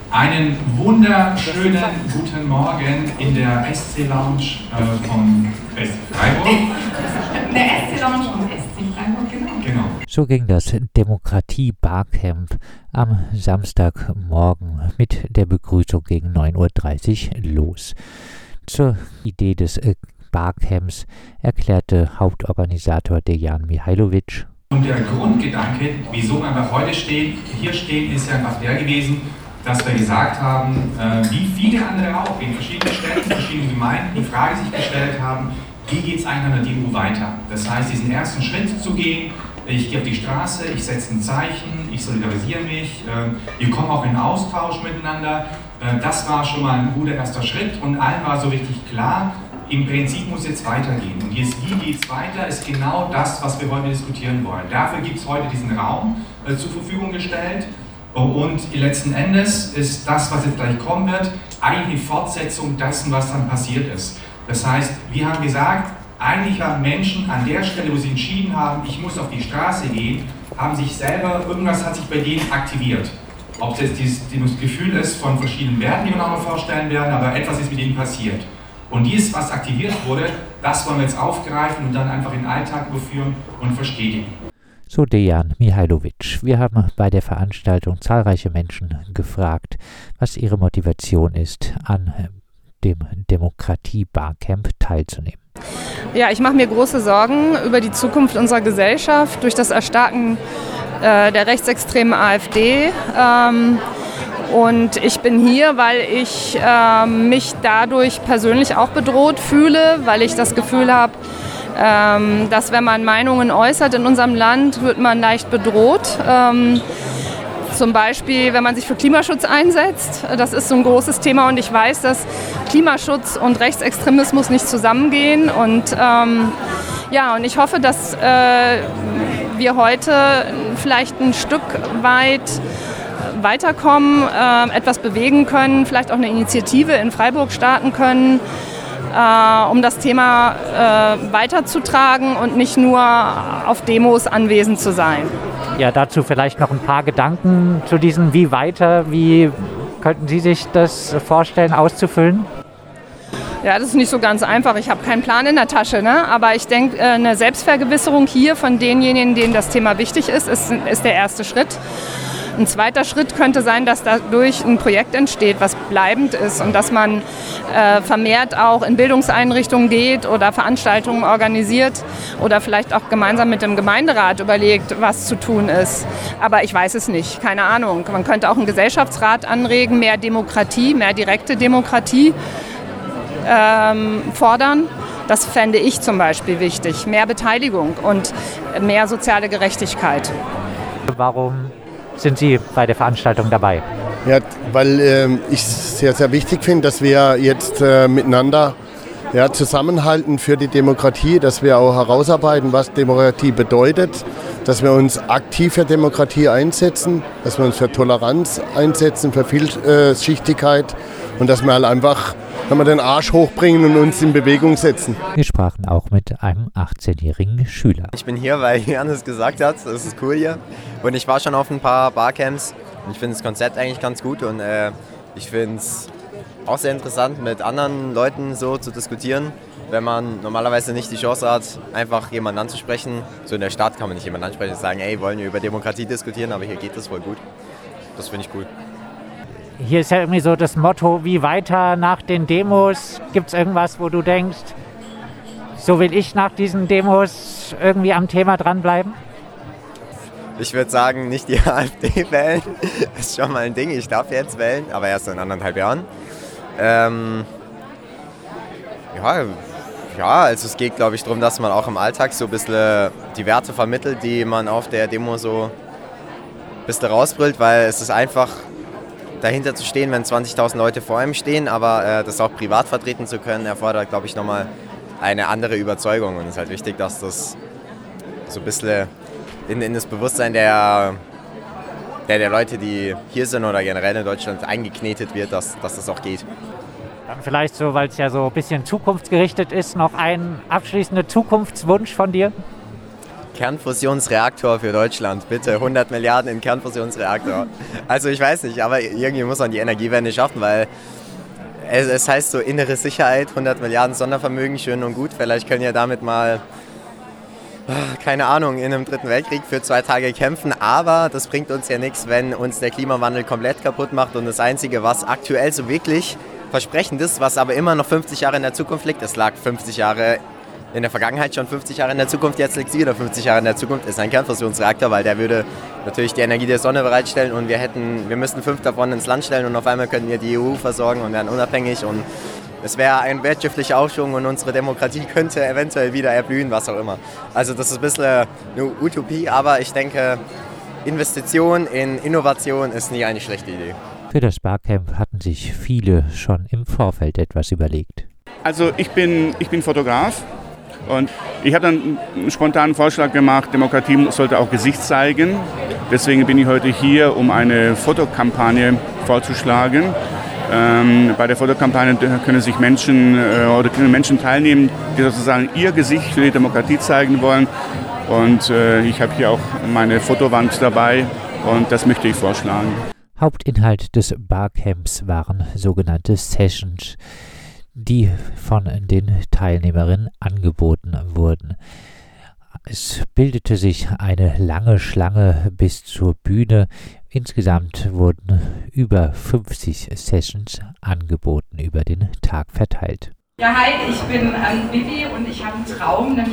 Einen wunderschönen guten Morgen in der SC-Lounge vom SC Freiburg. Der SC-Lounge vom SC Freiburg, genau. So ging das Demokratie-Barcamp am Samstagmorgen mit der Begrüßung gegen 9:30 Uhr los. Zur Idee des Barcamps erklärte Hauptorganisator Dejan Mihailovic. Und der Grundgedanke, wieso wir einfach heute hier stehen, ist ja einfach der gewesen, dass wir gesagt haben, wie viele andere auch in verschiedenen Städten, verschiedenen Gemeinden, die Frage sich gestellt haben, wie geht es eigentlich an der Demo weiter? Das heißt, diesen ersten Schritt zu gehen, ich gehe auf die Straße, ich setze ein Zeichen, ich solidarisiere mich, wir kommen auch in Austausch miteinander. Das war schon mal ein guter erster Schritt und allen war so richtig klar, im Prinzip muss es jetzt weitergehen. Und jetzt, wie geht es weiter, ist genau das, was wir heute diskutieren wollen. Dafür gibt es heute diesen Raum zur Verfügung gestellt. Und letzten Endes ist das, was jetzt gleich kommen wird, eigentlich eine Fortsetzung dessen, was dann passiert ist. Das heißt, wir haben gesagt, eigentlich haben Menschen an der Stelle, wo sie entschieden haben, ich muss auf die Straße gehen, haben sich selber, irgendwas hat sich bei denen aktiviert. Ob es jetzt dieses Gefühl ist von verschiedenen Werten, die wir noch mal vorstellen werden, aber etwas ist mit ihnen passiert. Und dies, was aktiviert wurde, das wollen wir jetzt aufgreifen und dann einfach in den Alltag überführen und verstetigen. So Dejan Mihailovic. Wir haben bei der Veranstaltung zahlreiche Menschen gefragt, was ihre Motivation ist, an dem Demokratie-Barcamp teilzunehmen. Ja, ich mache mir große Sorgen über die Zukunft unserer Gesellschaft durch das Erstarken der rechtsextremen AfD. Und ich bin hier, weil ich mich dadurch persönlich auch bedroht fühle, weil ich das Gefühl habe, dass wenn man Meinungen äußert in unserem Land, wird man leicht bedroht. Zum Beispiel, wenn man sich für Klimaschutz einsetzt. Das ist so ein großes Thema und ich weiß, dass Klimaschutz und Rechtsextremismus nicht zusammengehen. Und und ich hoffe, dass wir heute vielleicht ein Stück weit weiterkommen, etwas bewegen können, vielleicht auch eine Initiative in Freiburg starten können, um das Thema weiterzutragen und nicht nur auf Demos anwesend zu sein. Ja, dazu vielleicht noch ein paar Gedanken zu diesem Wie weiter. Wie könnten Sie sich das vorstellen, auszufüllen? Ja, das ist nicht so ganz einfach. Ich habe keinen Plan in der Tasche, ne? Aber ich denke, eine Selbstvergewisserung hier von denjenigen, denen das Thema wichtig ist der erste Schritt. Ein zweiter Schritt könnte sein, dass dadurch ein Projekt entsteht, was bleibend ist und dass man vermehrt auch in Bildungseinrichtungen geht oder Veranstaltungen organisiert oder vielleicht auch gemeinsam mit dem Gemeinderat überlegt, was zu tun ist. Aber ich weiß es nicht, keine Ahnung. Man könnte auch einen Gesellschaftsrat anregen, mehr Demokratie, mehr direkte Demokratie fordern. Das fände ich zum Beispiel wichtig. Mehr Beteiligung und mehr soziale Gerechtigkeit. Warum sind Sie bei der Veranstaltung dabei? Ja, weil ich es sehr, sehr wichtig finde, dass wir jetzt miteinander zusammenhalten für die Demokratie, dass wir auch herausarbeiten, was Demokratie bedeutet, dass wir uns aktiv für Demokratie einsetzen, dass wir uns für Toleranz einsetzen, für Vielschichtigkeit und dass wir halt einfach den Arsch hochbringen und uns in Bewegung setzen. Wir sprachen auch mit einem 18-jährigen Schüler. Ich bin hier, weil Jan es gesagt hat, das ist cool hier. Und ich war schon auf ein paar Barcamps und ich finde das Konzept eigentlich ganz gut und ich finde es auch sehr interessant, mit anderen Leuten so zu diskutieren, wenn man normalerweise nicht die Chance hat, einfach jemanden anzusprechen. So in der Stadt kann man nicht jemanden ansprechen und sagen, ey, wollen wir über Demokratie diskutieren, aber hier geht das voll gut. Das finde ich cool. Hier ist ja irgendwie so das Motto, wie weiter nach den Demos? Gibt es irgendwas, wo du denkst, so will ich nach diesen Demos irgendwie am Thema dranbleiben? Ich würde sagen, nicht die AfD wählen. Das ist schon mal ein Ding. Ich darf jetzt wählen, aber erst in 1,5 Jahren. Also es geht, glaube ich, darum, dass man auch im Alltag so ein bisschen die Werte vermittelt, die man auf der Demo so ein bisschen rausbrüllt, weil es ist einfach dahinter zu stehen, wenn 20.000 Leute vor einem stehen, aber das auch privat vertreten zu können, erfordert, glaube ich, nochmal eine andere Überzeugung. Und es ist halt wichtig, dass das so ein bisschen in das Bewusstsein der Leute, die hier sind oder generell in Deutschland eingeknetet wird, dass das auch geht. Dann vielleicht so, weil es ja so ein bisschen zukunftsgerichtet ist, noch ein abschließender Zukunftswunsch von dir? Kernfusionsreaktor für Deutschland. Bitte 100 Milliarden in Kernfusionsreaktor. Also ich weiß nicht, aber irgendwie muss man die Energiewende schaffen, weil es heißt so innere Sicherheit, 100 Milliarden Sondervermögen, schön und gut. Vielleicht können ja damit mal, keine Ahnung, in einem 3. Weltkrieg für 2 Tage kämpfen. Aber das bringt uns ja nichts, wenn uns der Klimawandel komplett kaputt macht. Und das Einzige, was aktuell so wirklich versprechend ist, was aber immer noch 50 Jahre in der Zukunft liegt, es lag 50 Jahre in der Vergangenheit, schon 50 Jahre in der Zukunft, jetzt liegt es wieder 50 Jahre in der Zukunft, ist ein Kernfusionsreaktor, weil der würde natürlich die Energie der Sonne bereitstellen und wir müssten 5 davon ins Land stellen und auf einmal könnten wir die EU versorgen und wären unabhängig und es wäre ein wirtschaftlicher Aufschwung und unsere Demokratie könnte eventuell wieder erblühen, was auch immer. Also das ist ein bisschen eine Utopie, aber ich denke, Investition in Innovation ist nie eine schlechte Idee. Für das Barcamp hatten sich viele schon im Vorfeld etwas überlegt. Also ich bin Fotograf. Und ich habe dann einen spontanen Vorschlag gemacht, Demokratie sollte auch Gesicht zeigen. Deswegen bin ich heute hier, um eine Fotokampagne vorzuschlagen. Bei der Fotokampagne können sich Menschen teilnehmen, die sozusagen ihr Gesicht für die Demokratie zeigen wollen. Und ich habe hier auch meine Fotowand dabei und das möchte ich vorschlagen. Hauptinhalt des Barcamps waren sogenannte Sessions, die von den Teilnehmerinnen angeboten wurden. Es bildete sich eine lange Schlange bis zur Bühne. Insgesamt wurden über 50 Sessions angeboten, über den Tag verteilt. Ja, hi, ich bin Vivi und ich habe einen Traum, dass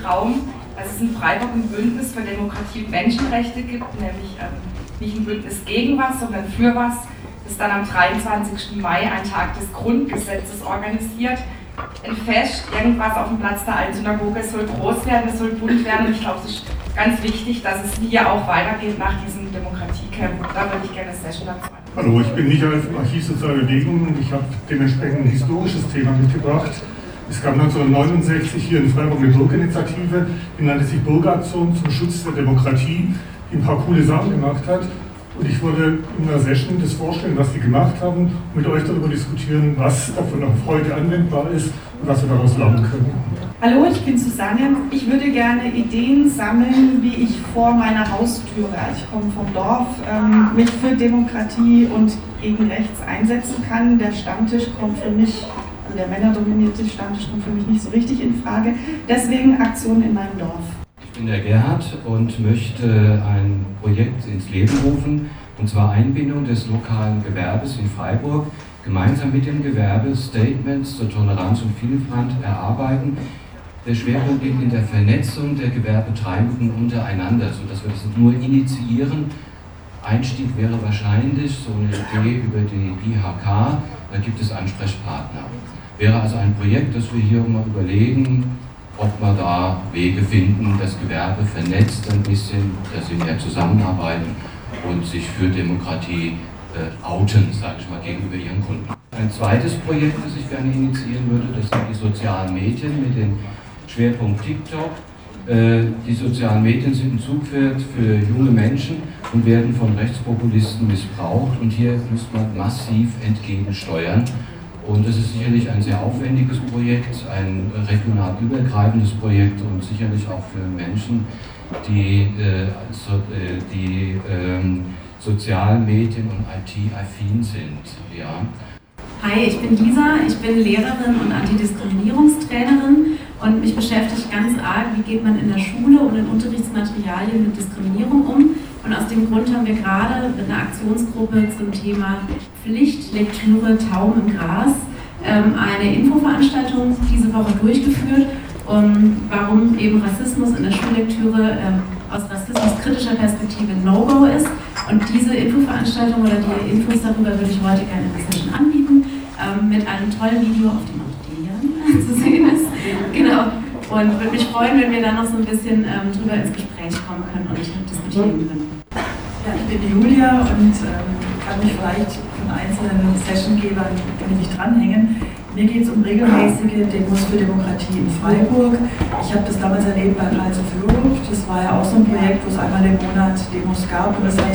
es in Freiburg ein Bündnis für Demokratie und Menschenrechte gibt, nämlich nicht ein Bündnis gegen was, sondern für was. Das ist dann am 23. Mai ein Tag des Grundgesetzes organisiert. Ein Fest, irgendwas auf dem Platz der Alten Synagoge, es soll groß werden, es soll bunt werden. Und ich glaube, es ist ganz wichtig, dass es hier auch weitergeht nach diesem Demokratiecamp. Und da würde ich gerne eine Session dazu machen. Hallo, ich bin Michael vom Archiv Soziale Bewegung und ich habe dementsprechend ein historisches Thema mitgebracht. Es gab 1969 hier in Freiburg eine Bürgerinitiative, die nannte sich Bürgeraktion zum Schutz der Demokratie, die ein paar coole Sachen gemacht hat. Und ich wollte in einer Session das vorstellen, was die gemacht haben, und mit euch darüber diskutieren, was davon noch heute anwendbar ist und was wir daraus lernen können. Hallo, ich bin Susanne. Ich würde gerne Ideen sammeln, wie ich vor meiner Haustüre, ich komme vom Dorf, mich für Demokratie und gegen rechts einsetzen kann. Der Stammtisch kommt für mich, also der männerdominierte Stammtisch kommt für mich nicht so richtig in Frage. Deswegen Aktionen in meinem Dorf. Ich bin der Gerhard und möchte ein Projekt ins Leben rufen, und zwar Einbindung des lokalen Gewerbes in Freiburg, gemeinsam mit dem Gewerbe Statements zur Toleranz und Vielfalt erarbeiten. Der Schwerpunkt liegt in der Vernetzung der Gewerbetreibenden untereinander, sodass wir das nur initiieren. Einstieg wäre wahrscheinlich so eine Idee über die IHK, da gibt es Ansprechpartner. Wäre also ein Projekt, das wir hier mal überlegen, ob wir da Wege finden, das Gewerbe vernetzt ein bisschen, dass sie mehr zusammenarbeiten und sich für Demokratie outen, sage ich mal, gegenüber ihren Kunden. Ein zweites Projekt, das ich gerne initiieren würde, das sind die sozialen Medien mit dem Schwerpunkt TikTok. Die sozialen Medien sind ein Zugpferd für junge Menschen und werden von Rechtspopulisten missbraucht und hier muss man massiv entgegensteuern. Und das ist sicherlich ein sehr aufwendiges Projekt, ein regional übergreifendes Projekt und sicherlich auch für Menschen, die sozialen Medien und IT-affin sind. Ja. Hi, ich bin Lisa, ich bin Lehrerin und Antidiskriminierungstrainerin und mich beschäftigt ganz arg, wie geht man in der Schule und in Unterrichtsmaterialien mit Diskriminierung um. Und aus dem Grund haben wir gerade mit einer Aktionsgruppe zum Thema Pflichtlektüre Taum im Gras eine Infoveranstaltung diese Woche durchgeführt, warum eben Rassismus in der Schullektüre aus rassismuskritischer Perspektive No-Go ist. Und diese Infoveranstaltung oder die Infos darüber würde ich heute gerne in der Session anbieten, mit einem tollen Video, auf dem auch Dejan zu sehen ist. Genau. Und würde mich freuen, wenn wir dann noch so ein bisschen drüber ins Gespräch kommen können und diskutieren können. Ja, ich bin Julia und kann mich vielleicht von einzelnen Sessiongebern dranhängen. Mir geht es um regelmäßige Demos für Demokratie in Freiburg. Ich habe das damals erlebt bei Pulse of Europe. Das war ja auch so ein Projekt, wo es einmal im Monat Demos gab und das hat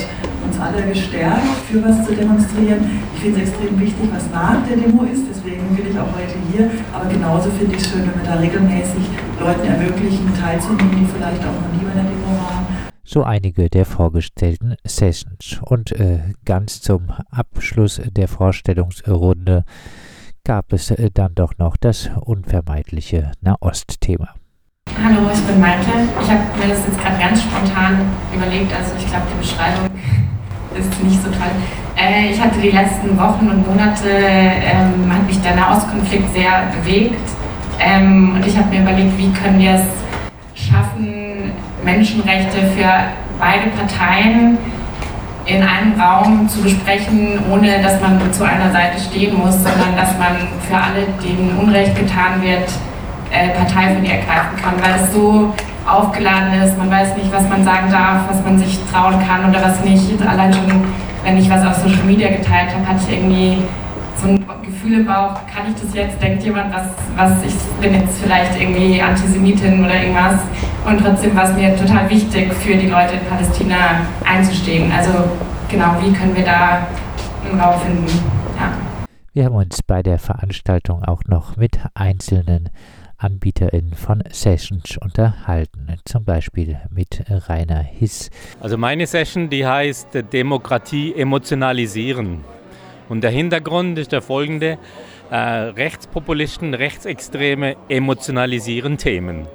uns alle gestärkt, für was zu demonstrieren. Ich finde es extrem wichtig, was nach der Demo ist, deswegen bin ich auch heute hier. Aber genauso finde ich es schön, wenn wir da regelmäßig Leuten ermöglichen, teilzunehmen, die vielleicht auch noch nie bei einer Demo waren. So einige der vorgestellten Sessions. Und ganz zum Abschluss der Vorstellungsrunde gab es dann doch noch das unvermeidliche Nahost-Thema. Hallo, ich bin Maike. Ich habe mir das jetzt gerade ganz spontan überlegt, also ich glaube, die Beschreibung ist nicht so toll. Ich hatte die letzten Wochen und Monate, hat mich der Nahostkonflikt sehr bewegt und ich habe mir überlegt, wie können wir es schaffen, Menschenrechte für beide Parteien in einem Raum zu besprechen, ohne dass man zu einer Seite stehen muss, sondern dass man für alle, denen Unrecht getan wird, Partei für die ergreifen kann, weil es so aufgeladen ist, man weiß nicht, was man sagen darf, was man sich trauen kann oder was nicht. Allein schon, wenn ich was auf Social Media geteilt habe, hatte ich irgendwie so ein Gefühl im Bauch, kann ich das jetzt, denkt jemand, ich bin jetzt vielleicht irgendwie Antisemitin oder irgendwas, und trotzdem war es mir total wichtig, für die Leute in Palästina einzustehen. Also genau, wie können wir da einen Raum finden? Ja. Wir haben uns bei der Veranstaltung auch noch mit einzelnen AnbieterInnen von Sessions unterhalten, zum Beispiel mit Rainer Hiss. Also meine Session, die heißt Demokratie emotionalisieren. Und der Hintergrund ist der folgende: Rechtspopulisten, Rechtsextreme emotionalisieren Themen,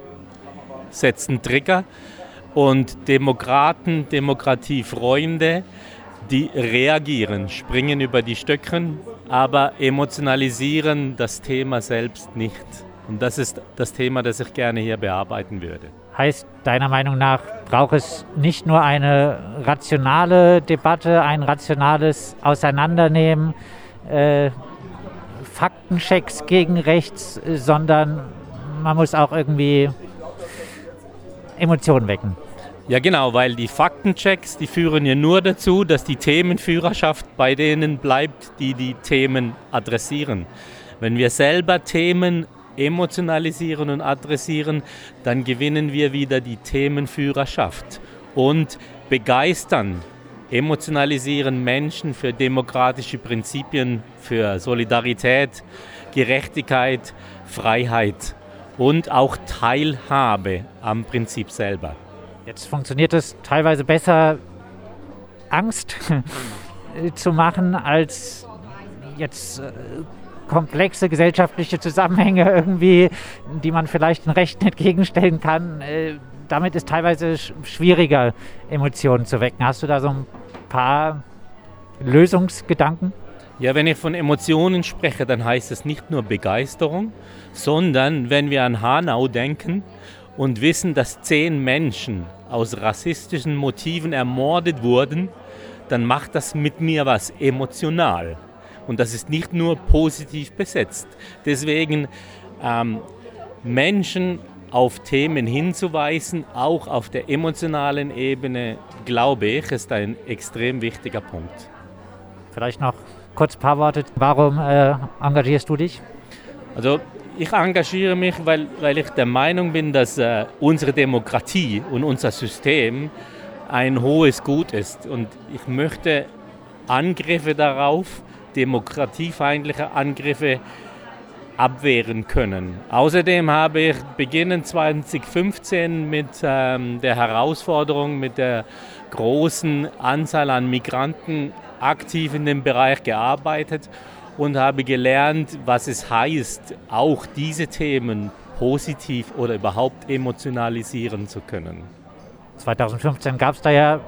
setzen Trigger, und Demokraten, Demokratiefreunde, die reagieren, springen über die Stöcken, aber emotionalisieren das Thema selbst nicht. Und das ist das Thema, das ich gerne hier bearbeiten würde. Heißt deiner Meinung nach, braucht es nicht nur eine rationale Debatte, ein rationales Auseinandernehmen, Faktenchecks gegen rechts, sondern man muss auch irgendwie Emotionen wecken? Ja genau, weil die Faktenchecks, die führen ja nur dazu, dass die Themenführerschaft bei denen bleibt, die die Themen adressieren. Wenn wir selber Themen emotionalisieren und adressieren, dann gewinnen wir wieder die Themenführerschaft und begeistern, emotionalisieren Menschen für demokratische Prinzipien, für Solidarität, Gerechtigkeit, Freiheit und auch Teilhabe am Prinzip selber. Jetzt funktioniert es teilweise besser, Angst zu machen, als jetzt komplexe gesellschaftliche Zusammenhänge irgendwie, die man vielleicht den Rechten entgegenstellen kann. Damit ist teilweise schwieriger, Emotionen zu wecken. Hast du da so ein paar Lösungsgedanken? Ja, wenn ich von Emotionen spreche, dann heißt es nicht nur Begeisterung, sondern wenn wir an Hanau denken und wissen, dass 10 Menschen aus rassistischen Motiven ermordet wurden, dann macht das mit mir was emotional. Und das ist nicht nur positiv besetzt. Deswegen Menschen auf Themen hinzuweisen, auch auf der emotionalen Ebene, glaube ich, ist ein extrem wichtiger Punkt. Vielleicht noch kurz ein paar Worte. Warum engagierst du dich? Also ich engagiere mich, weil ich der Meinung bin, dass unsere Demokratie und unser System ein hohes Gut ist. Und ich möchte Angriffe darauf, demokratiefeindliche Angriffe, abwehren können. Außerdem habe ich beginnend 2015 mit der Herausforderung, mit der großen Anzahl an Migranten aktiv in dem Bereich gearbeitet und habe gelernt, was es heißt, auch diese Themen positiv oder überhaupt emotionalisieren zu können. 2015 gab es da ja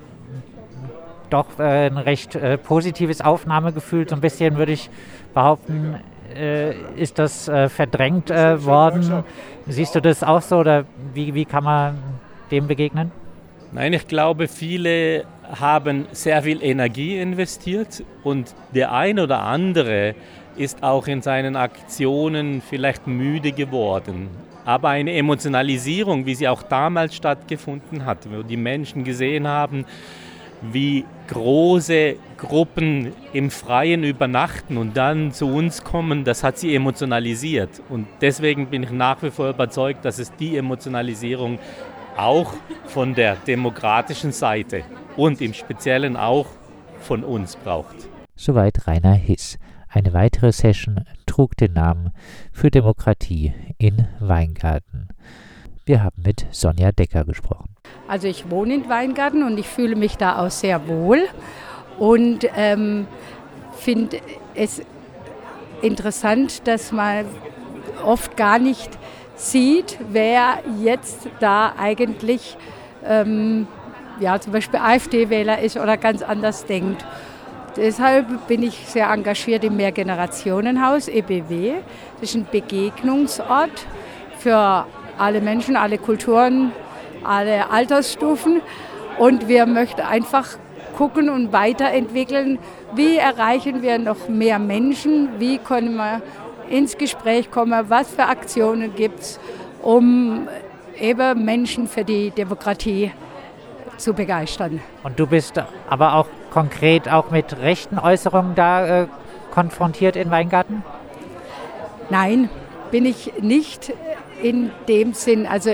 doch ein recht positives Aufnahmegefühl. So ein bisschen, würde ich behaupten, ist das verdrängt worden. Siehst du das auch so oder wie kann man dem begegnen? Nein, ich glaube, viele haben sehr viel Energie investiert und der ein oder andere ist auch in seinen Aktionen vielleicht müde geworden. Aber eine Emotionalisierung, wie sie auch damals stattgefunden hat, wo die Menschen gesehen haben, wie große Gruppen im Freien übernachten und dann zu uns kommen, das hat sie emotionalisiert. Und deswegen bin ich nach wie vor überzeugt, dass es die Emotionalisierung auch von der demokratischen Seite und im Speziellen auch von uns braucht. Soweit Rainer Hiss. Eine weitere Session trug den Namen Für Demokratie in Weingarten. Wir haben mit Sonja Decker gesprochen. Also ich wohne in Weingarten und ich fühle mich da auch sehr wohl und finde es interessant, dass man oft gar nicht sieht, wer jetzt da eigentlich zum Beispiel AfD-Wähler ist oder ganz anders denkt. Deshalb bin ich sehr engagiert im Mehrgenerationenhaus, EBW. Das ist ein Begegnungsort für alle Menschen, alle Kulturen, alle Altersstufen. Und wir möchten einfach gucken und weiterentwickeln, wie erreichen wir noch mehr Menschen, wie können wir ins Gespräch kommen, was für Aktionen gibt es, um eben Menschen für die Demokratie zu begeistern. Und du bist aber auch konkret auch mit rechten Äußerungen da konfrontiert in Weingarten? Nein, bin ich nicht in dem Sinn. Also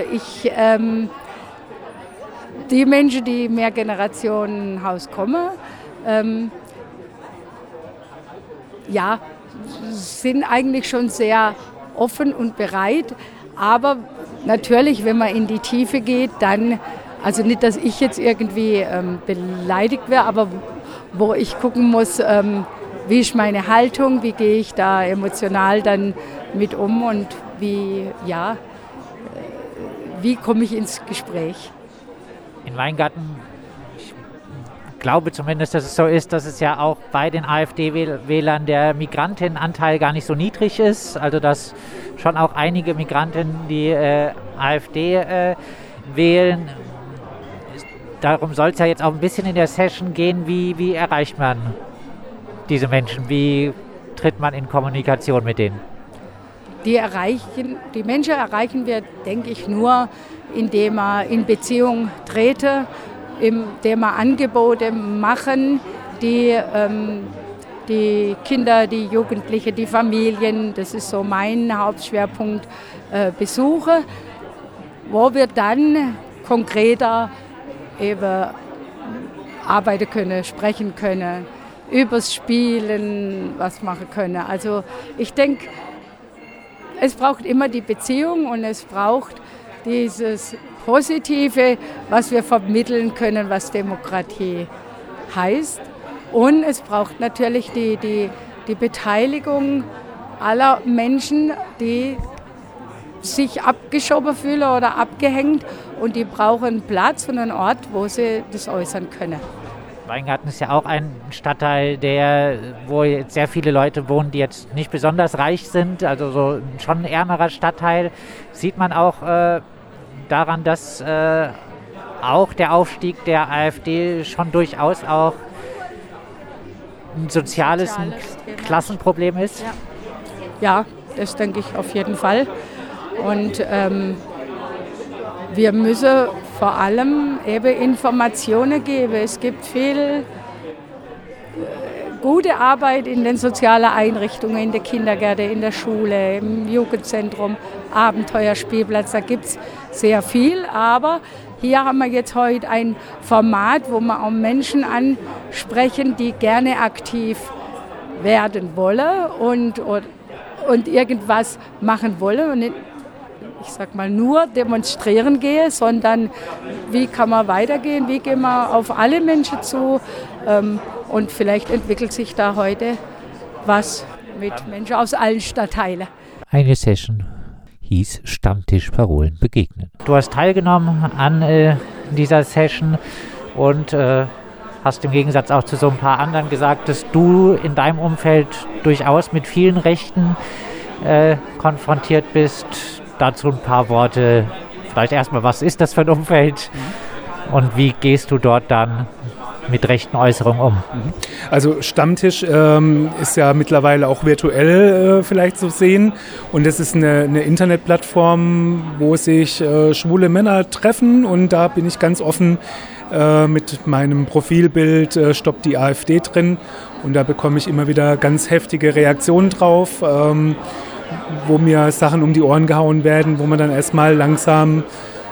die Menschen, die im Mehrgenerationenhaus kommen, sind eigentlich schon sehr offen und bereit. Aber natürlich, wenn man in die Tiefe geht, dann, also nicht, dass ich jetzt irgendwie beleidigt wäre, aber wo ich gucken muss, wie ist meine Haltung, wie gehe ich da emotional dann mit um und wie komme ich ins Gespräch. In Weingarten, ich glaube zumindest, dass es so ist, dass es ja auch bei den AfD-Wählern der Migrantinnenanteil gar nicht so niedrig ist. Also dass schon auch einige Migrantinnen die AfD wählen. Darum soll es ja jetzt auch ein bisschen in der Session gehen, wie erreicht man diese Menschen, wie tritt man in Kommunikation mit denen? Die Menschen erreichen wir, denke ich, nur, indem wir in Beziehung treten, indem wir Angebote machen, die Kinder, die Jugendlichen, die Familien, das ist so mein Hauptschwerpunkt, besuche, wo wir dann konkreter eben arbeiten können, sprechen können, übers Spielen was machen können. Also ich denke, es braucht immer die Beziehung und es braucht dieses Positive, was wir vermitteln können, was Demokratie heißt. Und es braucht natürlich die Beteiligung aller Menschen, die sich abgeschoben fühlen oder abgehängt und die brauchen Platz und einen Ort, wo sie das äußern können. Weingarten ist ja auch ein Stadtteil, wo jetzt sehr viele Leute wohnen, die jetzt nicht besonders reich sind, also so schon ein ärmerer Stadtteil. Sieht man auch daran, dass auch der Aufstieg der AfD schon durchaus auch ein soziales Klassenproblem ist? Ja, das denke ich auf jeden Fall. Und wir müssen vor allem eben Informationen geben. Es gibt viel gute Arbeit in den sozialen Einrichtungen, in der Kindergärten, in der Schule, im Jugendzentrum, Abenteuerspielplatz. Da gibt es sehr viel, aber hier haben wir jetzt heute ein Format, wo wir auch Menschen ansprechen, die gerne aktiv werden wollen und irgendwas machen wollen und nicht, ich sag mal, nur demonstrieren gehe, sondern wie kann man weitergehen, wie gehen wir auf alle Menschen zu und vielleicht entwickelt sich da heute was mit Menschen aus allen Stadtteilen. Eine Session hieß Stammtischparolen begegnen. Du hast teilgenommen an dieser Session und hast im Gegensatz auch zu so ein paar anderen gesagt, dass du in deinem Umfeld durchaus mit vielen Rechten konfrontiert bist. Dazu ein paar Worte. Vielleicht erstmal, was ist das für ein Umfeld und wie gehst du dort dann mit rechten Äußerungen um? Also Stammtisch ist ja mittlerweile auch virtuell vielleicht zu sehen und es ist eine Internetplattform, wo sich schwule Männer treffen und da bin ich ganz offen mit meinem Profilbild Stopp die AfD drin und da bekomme ich immer wieder ganz heftige Reaktionen drauf, wo mir Sachen um die Ohren gehauen werden, wo man dann erstmal langsam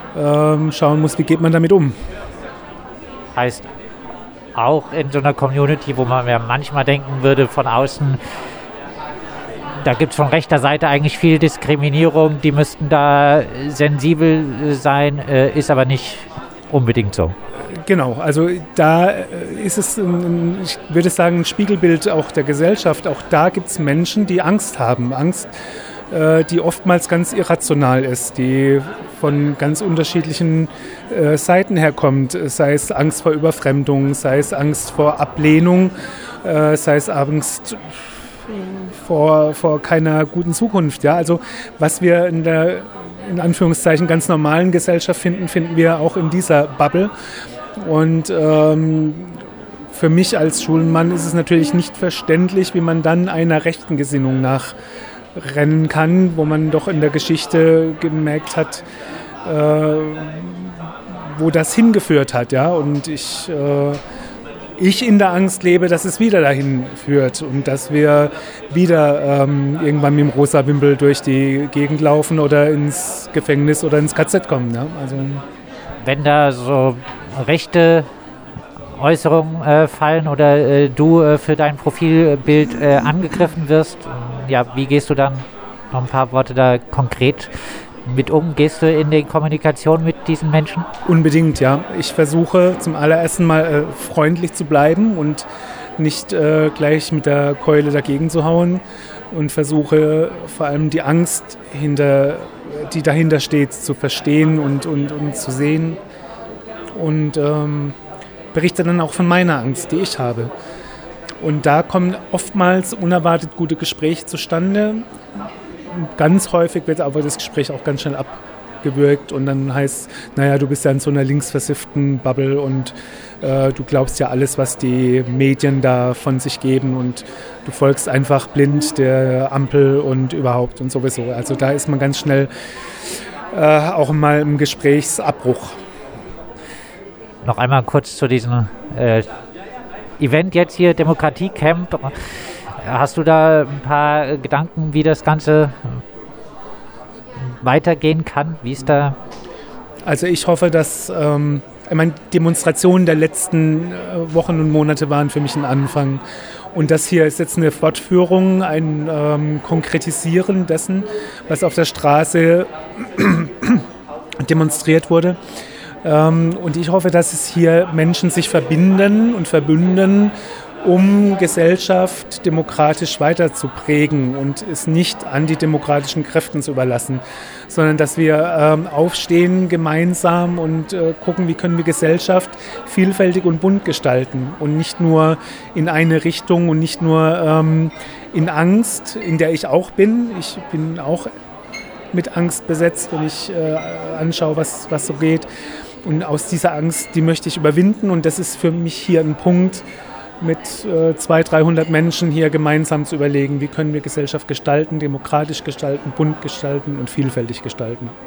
schauen muss, wie geht man damit um. Heißt, auch in so einer Community, wo man ja manchmal denken würde von außen, da gibt es von rechter Seite eigentlich viel Diskriminierung, die müssten da sensibel sein, ist aber nicht unbedingt so. Genau, also da ist es, ich würde sagen, ein Spiegelbild auch der Gesellschaft. Auch da gibt es Menschen, die Angst haben. Angst, die oftmals ganz irrational ist, die von ganz unterschiedlichen Seiten herkommt. Sei es Angst vor Überfremdung, sei es Angst vor Ablehnung, sei es Angst vor keiner guten Zukunft. Ja? Also was wir in der in Anführungszeichen ganz normalen Gesellschaft finden wir auch in dieser Bubble. Und für mich als Schulmann ist es natürlich nicht verständlich, wie man dann einer rechten Gesinnung nachrennen kann, wo man doch in der Geschichte gemerkt hat, wo das hingeführt hat. Ja? Und ich in der Angst lebe, dass es wieder dahin führt und dass wir wieder irgendwann mit dem rosa Wimpel durch die Gegend laufen oder ins Gefängnis oder ins KZ kommen. Ja? Also wenn da so rechte Äußerungen fallen oder du für dein Profilbild angegriffen wirst, ja, wie gehst du dann, noch ein paar Worte da konkret mit um? Gehst du in die Kommunikation mit diesen Menschen? Unbedingt, ja. Ich versuche zum allerersten Mal freundlich zu bleiben und nicht gleich mit der Keule dagegen zu hauen und versuche vor allem die Angst, die dahinter steht, zu verstehen und zu sehen und berichte dann auch von meiner Angst, die ich habe. Und da kommen oftmals unerwartet gute Gespräche zustande. Ganz häufig wird aber das Gespräch auch ganz schnell abgewürgt und dann heißt, naja, du bist ja in so einer linksversifften Bubble und du glaubst ja alles, was die Medien da von sich geben und du folgst einfach blind der Ampel und überhaupt und sowieso. Also da ist man ganz schnell auch mal im Gesprächsabbruch. Noch einmal kurz zu diesem Event jetzt hier, Demokratiecamp. Hast du da ein paar Gedanken, wie das Ganze weitergehen kann? Wie ist da? Also ich hoffe, dass Demonstrationen der letzten Wochen und Monate waren für mich ein Anfang. Und das hier ist jetzt eine Fortführung, ein Konkretisieren dessen, was auf der Straße demonstriert wurde. Und ich hoffe, dass es hier Menschen sich verbinden und verbünden, um Gesellschaft demokratisch weiter zu prägen und es nicht antidemokratischen Kräften zu überlassen, sondern dass wir aufstehen gemeinsam und gucken, wie können wir Gesellschaft vielfältig und bunt gestalten und nicht nur in eine Richtung und nicht nur in Angst, in der ich auch bin. Ich bin auch mit Angst besetzt, wenn ich anschaue, was so geht. Und aus dieser Angst, die möchte ich überwinden und das ist für mich hier ein Punkt, mit 200-300 Menschen hier gemeinsam zu überlegen, wie können wir Gesellschaft gestalten, demokratisch gestalten, bunt gestalten und vielfältig gestalten.